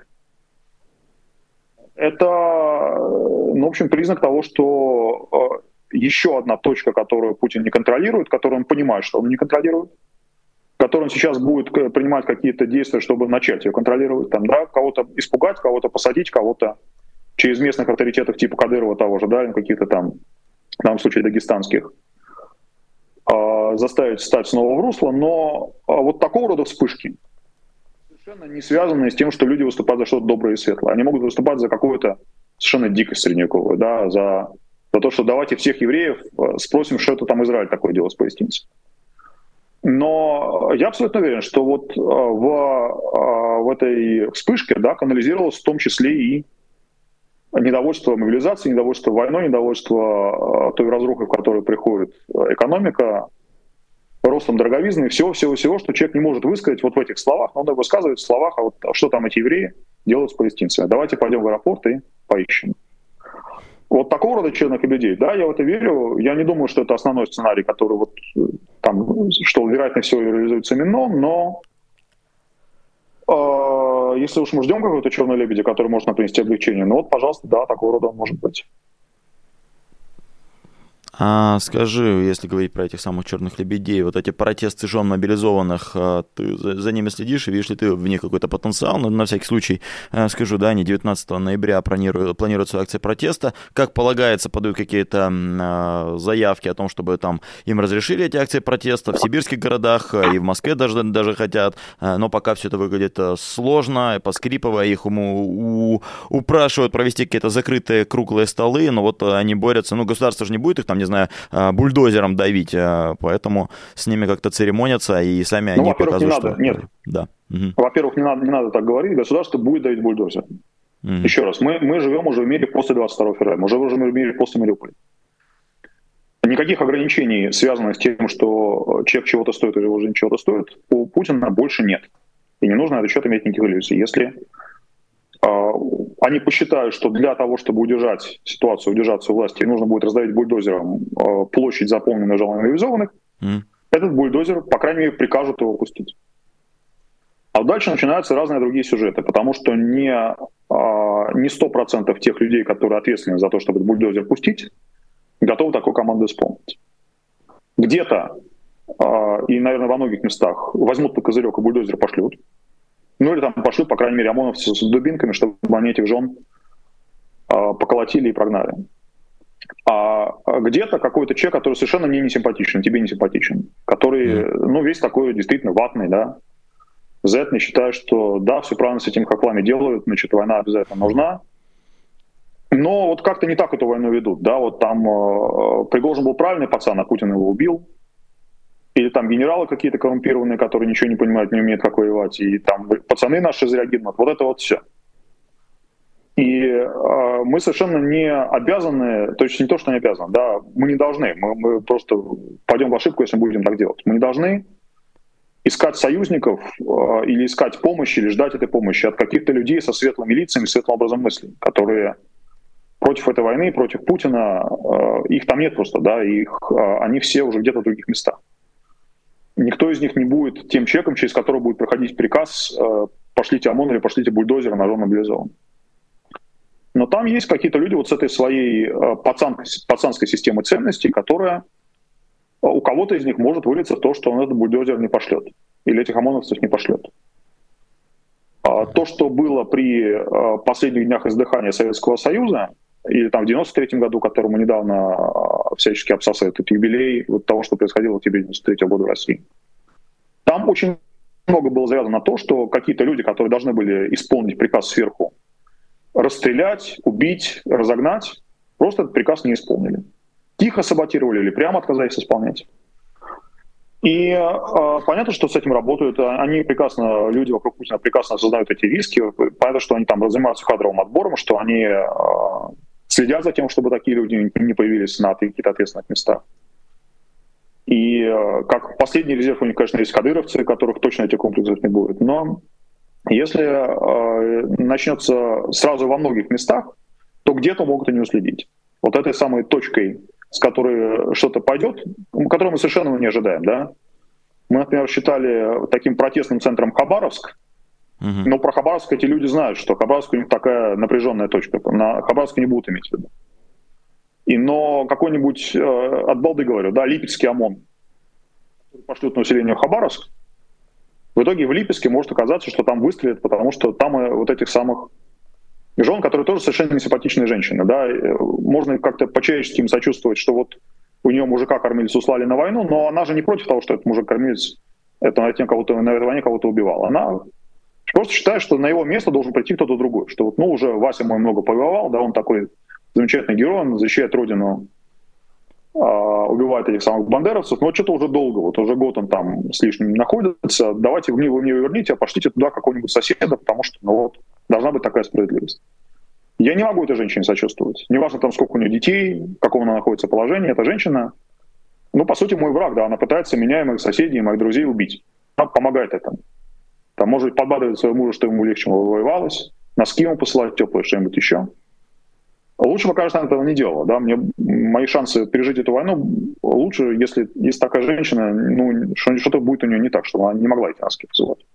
это, в общем, признак того, что еще одна точка, которую Путин не контролирует, которую он понимает, что он не контролирует, которую он сейчас будет принимать какие-то действия, чтобы начать ее контролировать, там, да, кого-то испугать, кого-то посадить, кого-то через местных авторитетов типа Кадырова того же, да, каких-то там, в данном случае дагестанских, заставить встать снова в русло, но вот такого рода вспышки совершенно не связанные с тем, что люди выступают за что-то доброе и светлое. Они могут выступать за какую-то совершенно дикость средневековую, да, за то, что давайте всех евреев спросим, что это там Израиль такое делает с палестинцами. Но я абсолютно уверен, что вот в этой вспышке, да, канализировалось в том числе и недовольство мобилизацией, недовольство войной, недовольство той разрухой, в которую приходит экономика, ростом дороговизны и всего-всего-всего, что человек не может высказать вот в этих словах, но он высказывает в словах, а вот что там эти евреи делают с палестинцами. Давайте пойдем в аэропорт и поищем. Вот такого рода черных людей, да, я в это верю. Я не думаю, что это основной сценарий, который вот там, что вероятно всего реализуется именно, но если уж мы ждем какого-то черного лебедя, который может нам принести облегчение, ну вот, пожалуйста, да, такого рода он может быть. А скажи, если говорить про этих самых черных лебедей, вот эти протесты жен мобилизованных, ты за ними следишь и видишь ли ты в них какой-то потенциал? Но на всякий случай скажу, да, они 19 ноября планируется акция протеста. Как полагается, подают какие-то заявки о том, чтобы там им разрешили эти акции протеста в сибирских городах и в Москве даже хотят, но пока все это выглядит сложно, поскрипово, их упрашивают провести какие-то закрытые круглые столы, но вот они борются, государство же не будет их там, не знаю, бульдозером давить, поэтому с ними как-то церемонятся, и сами они показывают, что... Нет. Да. Во-первых, не надо так говорить, государство будет давить бульдозером. Еще раз, мы живем уже в мире после 22 февраля, мы живем уже в мире после Мариуполя. Никаких ограничений, связанных с тем, что человек чего-то стоит или уже ничего-то стоит, у Путина больше нет. И не нужно на этот счет иметь никаких иллюзий. Если они посчитают, что для того, чтобы удержать ситуацию, удержаться у власти, нужно будет раздавить бульдозером площадь, заполненную жалобами мобилизованных, этот бульдозер, по крайней мере, прикажут его пустить. А дальше начинаются разные другие сюжеты, потому что не 100% тех людей, которые ответственны за то, чтобы этот бульдозер пустить, готовы такую команду исполнить. Где-то, и, наверное, во многих местах, возьмут под козырек и бульдозер пошлют. Ну или там пошлют, по крайней мере, ОМОНовцы с дубинками, чтобы они этих жен поколотили и прогнали. А где-то какой-то человек, который совершенно мне не симпатичен, тебе не симпатичен, который, весь такой действительно ватный, да, зетный, считает, что да, все правильно с этим хохлами делают, значит, война обязательно нужна. Но вот как-то не так эту войну ведут, да, вот там Пригожин был правильный пацан, а Путин его убил. Или там генералы какие-то коррумпированные, которые ничего не понимают, не умеют как воевать, и там пацаны наши зря гибнут. Вот это вот все. И мы совершенно не обязаны, то есть не то, что не обязаны, да, мы не должны, мы просто пойдем в ошибку, если мы будем так делать. Мы не должны искать союзников или искать помощи, или ждать этой помощи от каких-то людей со светлыми лицами, светлым образом мысли, которые против этой войны, против Путина, их там нет просто, да, они все уже где-то в других местах. Никто из них не будет тем человеком, через которого будет проходить приказ «пошлите ОМОН» или «пошлите бульдозер, ножом мобилизован». Но там есть какие-то люди вот с этой своей пацанской системой ценностей, которая у кого-то из них может вылиться в то, что он этот бульдозер не пошлет, или этих ОМОНовцев не пошлет. То, что было при последних днях издыхания Советского Союза, или там в 93-м году, который мы недавно всячески обсасывали, этот юбилей вот того, что происходило в октябре 93-го года в России, там очень много было завязано на то, что какие-то люди, которые должны были исполнить приказ сверху, расстрелять, убить, разогнать, просто этот приказ не исполнили. Тихо саботировали или прямо отказались исполнять. И понятно, что с этим работают. Они прекрасно, люди вокруг Путина прекрасно осознают эти риски. Понятно, что они там занимаются кадровым отбором, что они следят за тем, чтобы такие люди не появились на каких-то ответственных местах. И как последний резерв у них, конечно, есть кадыровцы, которых точно этих комплексов не будет. Но если начнется сразу во многих местах, то где-то могут и не уследить. Вот этой самой точкой, с которой что-то пойдет, которую мы совершенно не ожидаем. Да? Мы, например, считали таким протестным центром Хабаровск, но про Хабаровск эти люди знают, что Хабаровск у них такая напряженная точка. На Хабаровске не будут иметь в виду. Но какой-нибудь, от балды говорю, да, Липецкий ОМОН, который пошлют населению Хабаровск, в итоге в Липецке может оказаться, что там выстрелят, потому что там вот этих самых жен, которые тоже совершенно несимпатичные женщины. Да? Можно как-то по-человечески им сочувствовать, что вот у нее мужика-кормилец услали на войну, но она же не против того, что этот мужик-кормилец на этой войне кого-то убивал. Она просто считает, что на его место должен прийти кто-то другой. Что вот, уже Вася мой много повоевал, да, он такой замечательный герой, он защищает родину, убивает этих самых бандеровцев, но что-то уже долго, вот уже год он там с лишним находится, давайте вы мне верните, а пошлите туда какого-нибудь соседа, потому что должна быть такая справедливость. Я не могу этой женщине сочувствовать. Неважно там, сколько у нее детей, в каком она находится положении, эта женщина, по сути, мой враг, да, она пытается меня и моих соседей, и моих друзей убить. Она помогает этому. Там, может быть, подбадривать своего мужа, что ему легче воевалось, носки ему посылать теплые, что-нибудь еще. Лучше бы, конечно, она этого не делала. Да? Мои шансы пережить эту войну лучше, если есть такая женщина, что-то будет у нее не так, чтобы она не могла эти носки посылать.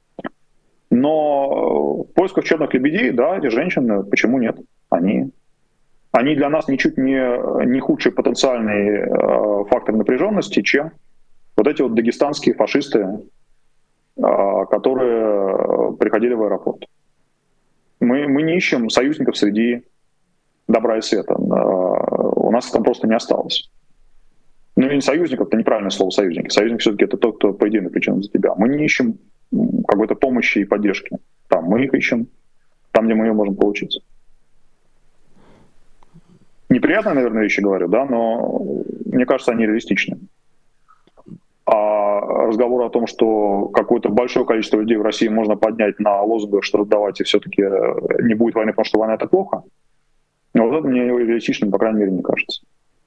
Но в поисках черных лебедей, да, эти женщины, почему нет? Они для нас ничуть не худший потенциальный фактор напряженности, чем вот эти вот дагестанские фашисты, которые приходили в аэропорт. Мы не ищем союзников среди добра и света. У нас там просто не осталось. И не союзников, это неправильное слово союзники. Союзник все-таки это тот, кто по идейным причинам за тебя. Мы не ищем какой-то помощи и поддержки. Мы их ищем там, где мы ее можем получить. Неприятные, наверное, вещи говорю, да, но мне кажется, они реалистичны. А разговор о том, что какое-то большое количество людей в России можно поднять на лозунгах, что давайте все-таки не будет войны, потому что война — это плохо, вот это мне реалистичным, по крайней мере, не кажется.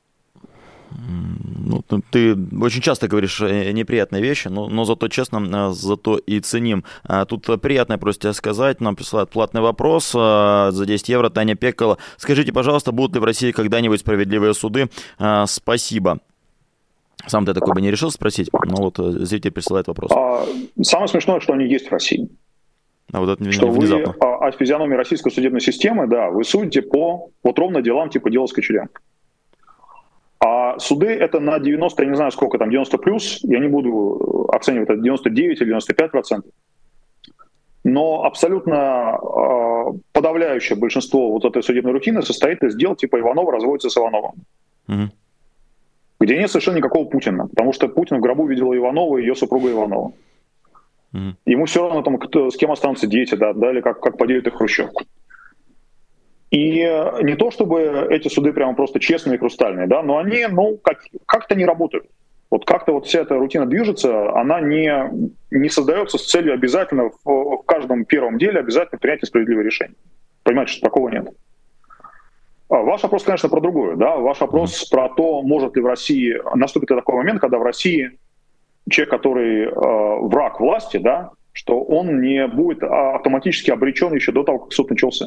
Ты очень часто говоришь неприятные вещи, но зато честно, зато и ценим. Тут приятно просто тебе сказать, нам присылают платный вопрос за 10 евро. Таня Пеккола. Скажите, пожалуйста, будут ли в России когда-нибудь справедливые суды? Спасибо. Сам ты такой бы не решил спросить, но зритель присылает вопрос. Самое смешное, что они есть в России. Вот это что внезапно. Вы о физиономии российской судебной системы, да, вы судите по ровно делам типа дела с Кочеренко. А суды это на 90, я не знаю сколько там, 90 плюс, я не буду оценивать, это 99 или 95%. Но абсолютно подавляющее большинство вот этой судебной рутины состоит из дел типа Иванова разводится с Ивановым. Угу. Где нет совершенно никакого Путина, потому что Путин в гробу видел Иванова и ее супруга Иванова. Mm-hmm. Ему все равно, там, с кем останутся дети, да, или как поделят их хрущевку. И не то, чтобы эти суды прямо просто честные и хрустальные, да, но они, как-то не работают. Вот как-то вот вся эта рутина движется, она не создается с целью обязательно в каждом первом деле обязательно принять справедливое решение. понимаете, что такого нет. Ваш вопрос, конечно, про другое. Да? Ваш вопрос про то, может ли в России... Наступит ли такой момент, когда в России человек, который враг власти, да, что он не будет автоматически обречен еще до того, как суд начался.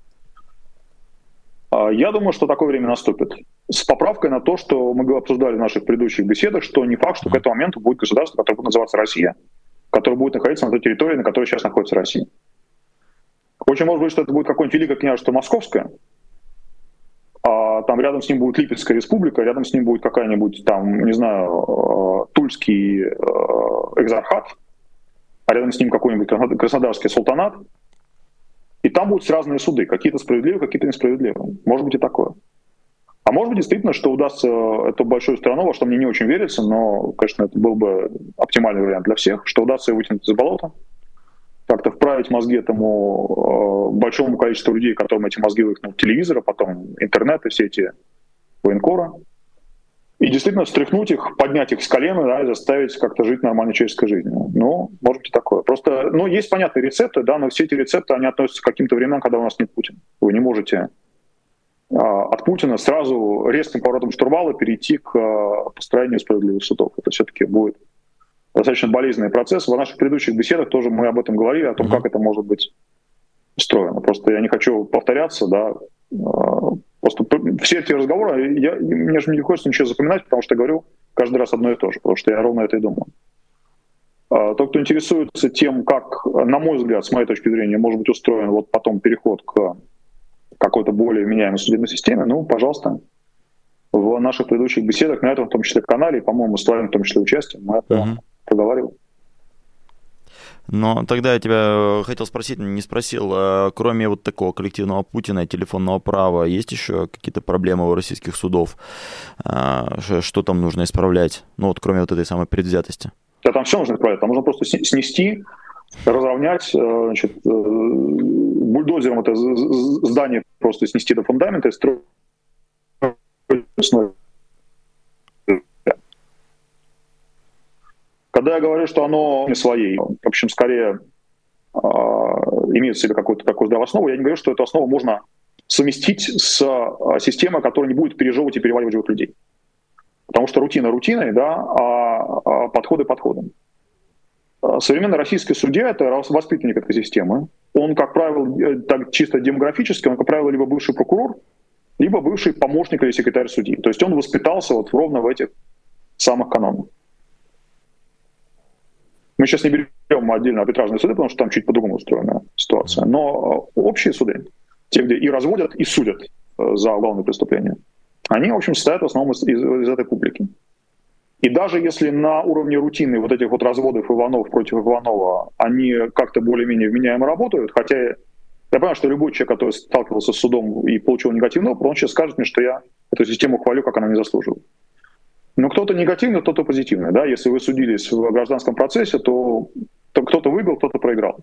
Я думаю, что такое время наступит. С поправкой на то, что мы обсуждали в наших предыдущих беседах, что не факт, что к этому моменту будет государство, которое будет называться Россия, которое будет находиться на той территории, на которой сейчас находится Россия. Очень может быть, что это будет какое-нибудь Великое княжество Московское, а там рядом с ним будет Липецкая республика, рядом с ним будет какая-нибудь там, не знаю, Тульский экзархат, а рядом с ним какой-нибудь Краснодарский султанат. И там будут разные суды, какие-то справедливые, какие-то несправедливые. Может быть и такое. А может быть действительно, что удастся эту большую страну, во что мне не очень верится, но, конечно, это был бы оптимальный вариант для всех, что удастся ее вытянуть из болота, как-то вправить мозги этому большому количеству людей, которым эти мозги выкнут телевизора, потом интернет и все эти военкоры. И действительно встряхнуть их, поднять их с колена, да, и заставить как-то жить нормальной человеческой жизнью. Ну, может быть и такое. Просто, ну, есть понятные рецепты, да, но все эти рецепты, они относятся к каким-то временам, когда у нас нет Путина. Вы не можете от Путина сразу резким поворотом штурвала перейти к построению справедливых судов. Это все-таки будет достаточно болезненный процесс. В наших предыдущих беседах тоже мы об этом говорили, о том, как это может быть устроено. Просто я не хочу повторяться, да. Просто все эти разговоры, мне же не хочется ничего запоминать, потому что я говорю каждый раз одно и то же, потому что я ровно это и думаю. Тот, кто интересуется тем, как, на мой взгляд, с моей точки зрения, может быть устроен вот потом переход к какой-то более меняемой судебной системе, ну, пожалуйста, в наших предыдущих беседах, на этом в том числе канале, и, по-моему, с вами в том числе участием, мы это проговаривали. Но тогда я тебя хотел спросить, не спросил, кроме вот такого коллективного Путина и телефонного права, есть еще какие-то проблемы у российских судов? Что там нужно исправлять? Ну вот кроме вот этой самой предвзятости. Да, там все нужно исправлять. Там нужно просто снести, разровнять, значит, бульдозером это здание просто снести до фундамента и строить. Когда я говорю, что оно не своей, в общем, скорее имеет в себе какую-то такую здравую основу, я не говорю, что эту основу можно совместить с системой, которая не будет пережевывать и переваривать живых людей. Потому что рутина рутиной, да, а подходы подходом. Современный российский судья — это воспитанник этой системы. Он, как правило, так чисто демографически, он, как правило, либо бывший прокурор, либо бывший помощник или секретарь судьи. То есть он воспитался вот ровно в этих самых канонах. Мы сейчас не берем отдельно арбитражные суды, потому что там чуть по-другому устроена ситуация. Но общие суды, те, где и разводят, и судят за уголовные преступления, они, в общем, состоят в основном из этой публики. И даже если на уровне рутины вот этих вот разводов Иванов против Иванова, они как-то более-менее вменяемо работают, хотя я понимаю, что любой человек, который сталкивался с судом и получил негативный опыт, он сейчас скажет мне, что я эту систему хвалю, как она не заслуживает. Но кто-то негативный, кто-то позитивный. Да? Если вы судились в гражданском процессе, то кто-то выиграл, кто-то проиграл.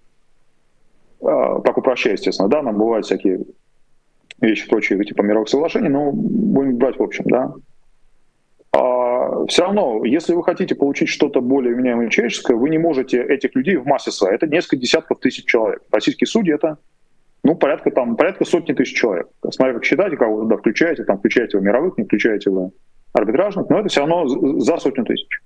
Так упрощая, естественно. Да? Нам бывают всякие вещи прочие типа мировых соглашений, но будем брать в общем. Да? Все равно, если вы хотите получить что-то более вменяемое человеческое, вы не можете этих людей в массе своей. Это несколько десятков тысяч человек. Российские судьи — это порядка сотни тысяч человек. Смотря как считаете, кого вы туда включаете, там включаете вы мировых, не включаете вы арбитражных, но это все равно за сотню тысяч.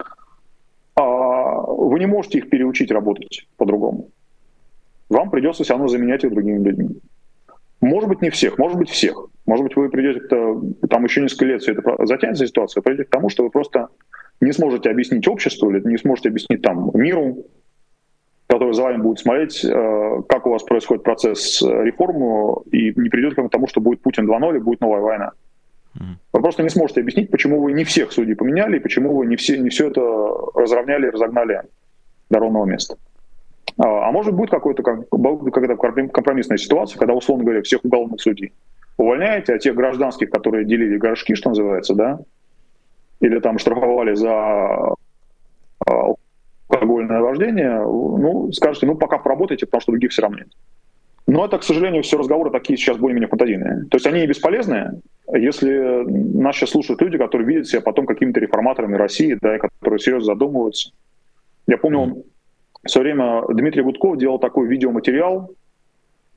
Вы не можете их переучить работать по-другому. Вам придется все равно заменять их другими людьми. Может быть, не всех, может быть, всех. Может быть, вы придете там еще несколько лет, все это затянется ситуация, придете к тому, что вы просто не сможете объяснить обществу или не сможете объяснить там миру, который за вами будет смотреть, как у вас происходит процесс реформы, и не придет к тому, что будет Путин 2.0 и будет новая война. Вы просто не сможете объяснить, почему вы не всех судей поменяли, и почему вы не все это разровняли и разогнали до ровного места. А может быть, какая-то компромиссная ситуация, когда, условно говоря, всех уголовных судей увольняете, а тех гражданских, которые делили горшки, что называется, да, или там штрафовали за алкогольное вождение, ну, скажете, ну, пока поработайте, потому что других все равно нет. Но это, к сожалению, все разговоры такие сейчас более-менее фантазийные. То есть они не бесполезные, если нас сейчас слушают люди, которые видят себя потом какими-то реформаторами России, да, и которые серьезно задумываются. Я помню, в свое время Дмитрий Гудков делал такой видеоматериал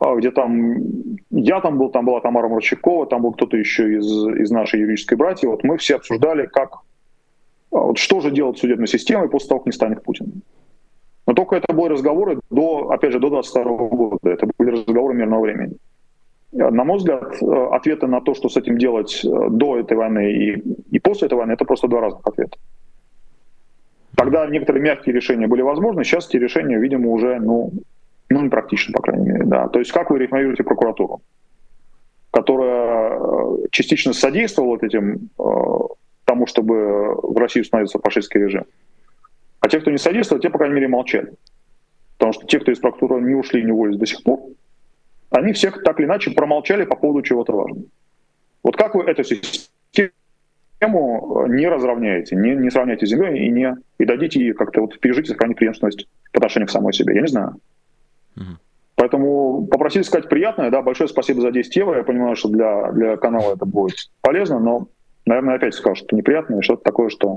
где там я там был, там была Тамара Марчакова, там был кто-то еще из нашей юридической братьи. Вот мы все обсуждали, что же делать с судебной системой после того, как не станет Путин. Но только это были разговоры до 22 года. Это были разговоры мирного времени. На мой взгляд, ответы на то, что с этим делать до этой войны и после этой войны, это просто два разных ответа. Тогда некоторые мягкие решения были возможны, сейчас эти решения, видимо, уже непрактичны, по крайней мере. Да. То есть как вы реформируете прокуратуру, которая частично содействовала этим тому, чтобы в России установился фашистский режим. А те, кто не содействовал, те, по крайней мере, молчали. Потому что те, кто из прокуратуры не ушли и не уволились до сих пор, они всех так или иначе промолчали по поводу чего-то важного. Вот как вы эту систему не разровняете, не сравняете с землей и дадите ей как-то пережить и сохранить преемственность по отношению к самой себе? Я не знаю. Поэтому попросили сказать приятное. Да, большое спасибо за 10 евро. Я понимаю, что для канала это будет полезно, но, наверное, опять скажу, что неприятное, что-то такое, что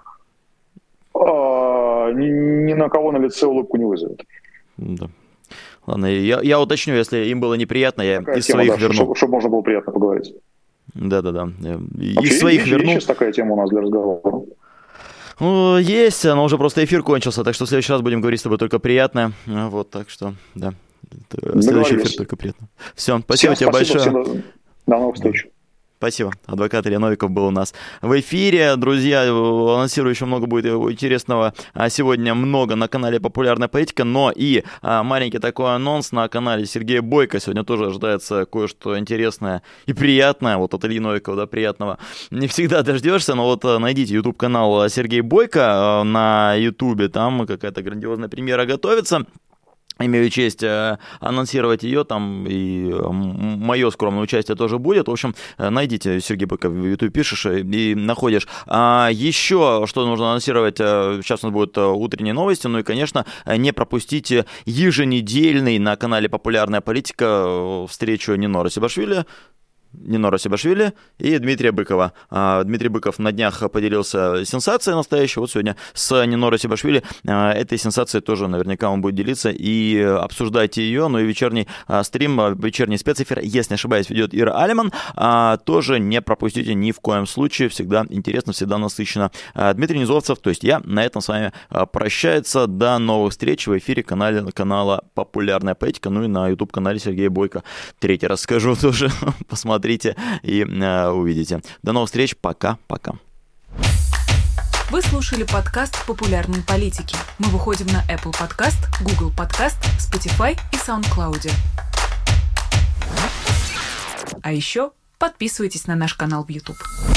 ни на кого на лице улыбку не вызовет. Да. Ладно, я уточню, если им было неприятно, я такая из тема, своих верну. Чтобы можно было приятно поговорить. Да-да-да. Из своих верну. Есть такая тема у нас для разговора? Ну, есть, но уже просто эфир кончился, так что в следующий раз будем говорить с тобой только приятное. Вот, так что, да. Следующий эфир только приятно. Все, спасибо тебе большое. Всем до новых встреч. Спасибо. Адвокат Илья Новиков был у нас в эфире. Друзья, анонсирую, еще много будет интересного. Сегодня много на канале «Популярная политика», но и маленький такой анонс на канале Сергея Бойко. Сегодня тоже ожидается кое-что интересное и приятное. Вот от Ильи Новикова, да, приятного. Не всегда дождешься, но вот найдите YouTube-канал Сергей Бойко на YouTube. Там какая-то грандиозная премьера готовится. Имею честь анонсировать ее, там и мое скромное участие тоже будет. В общем, найдите Сергей Бойко в YouTube, пишешь и находишь. Еще что нужно анонсировать, сейчас у нас будут утренние новости, ну и, конечно, не пропустите еженедельный на канале «Популярная политика» встречу Нино Саакашвили и Дмитрия Быкова. Дмитрий Быков на днях поделился сенсацией настоящей. Вот сегодня с Нино Саакашвили этой сенсацией тоже наверняка он будет делиться. И обсуждайте ее. Ну и вечерний стрим, вечерний спецэфир, если не ошибаюсь, ведет Ира Алиман. Тоже не пропустите ни в коем случае. Всегда интересно, всегда насыщенно. Дмитрий Низовцев, то есть я, на этом с вами прощается. До новых встреч в эфире канала «Популярная политика». Ну и на YouTube-канале Сергея Бойко. Третий раз скажу тоже. Посмотрите и увидите. До новых встреч. Пока-пока. Вы слушали подкаст «Популярные политики». Мы выходим на Apple Podcast, Google Podcast, Spotify и SoundCloud. А еще подписывайтесь на наш канал в YouTube.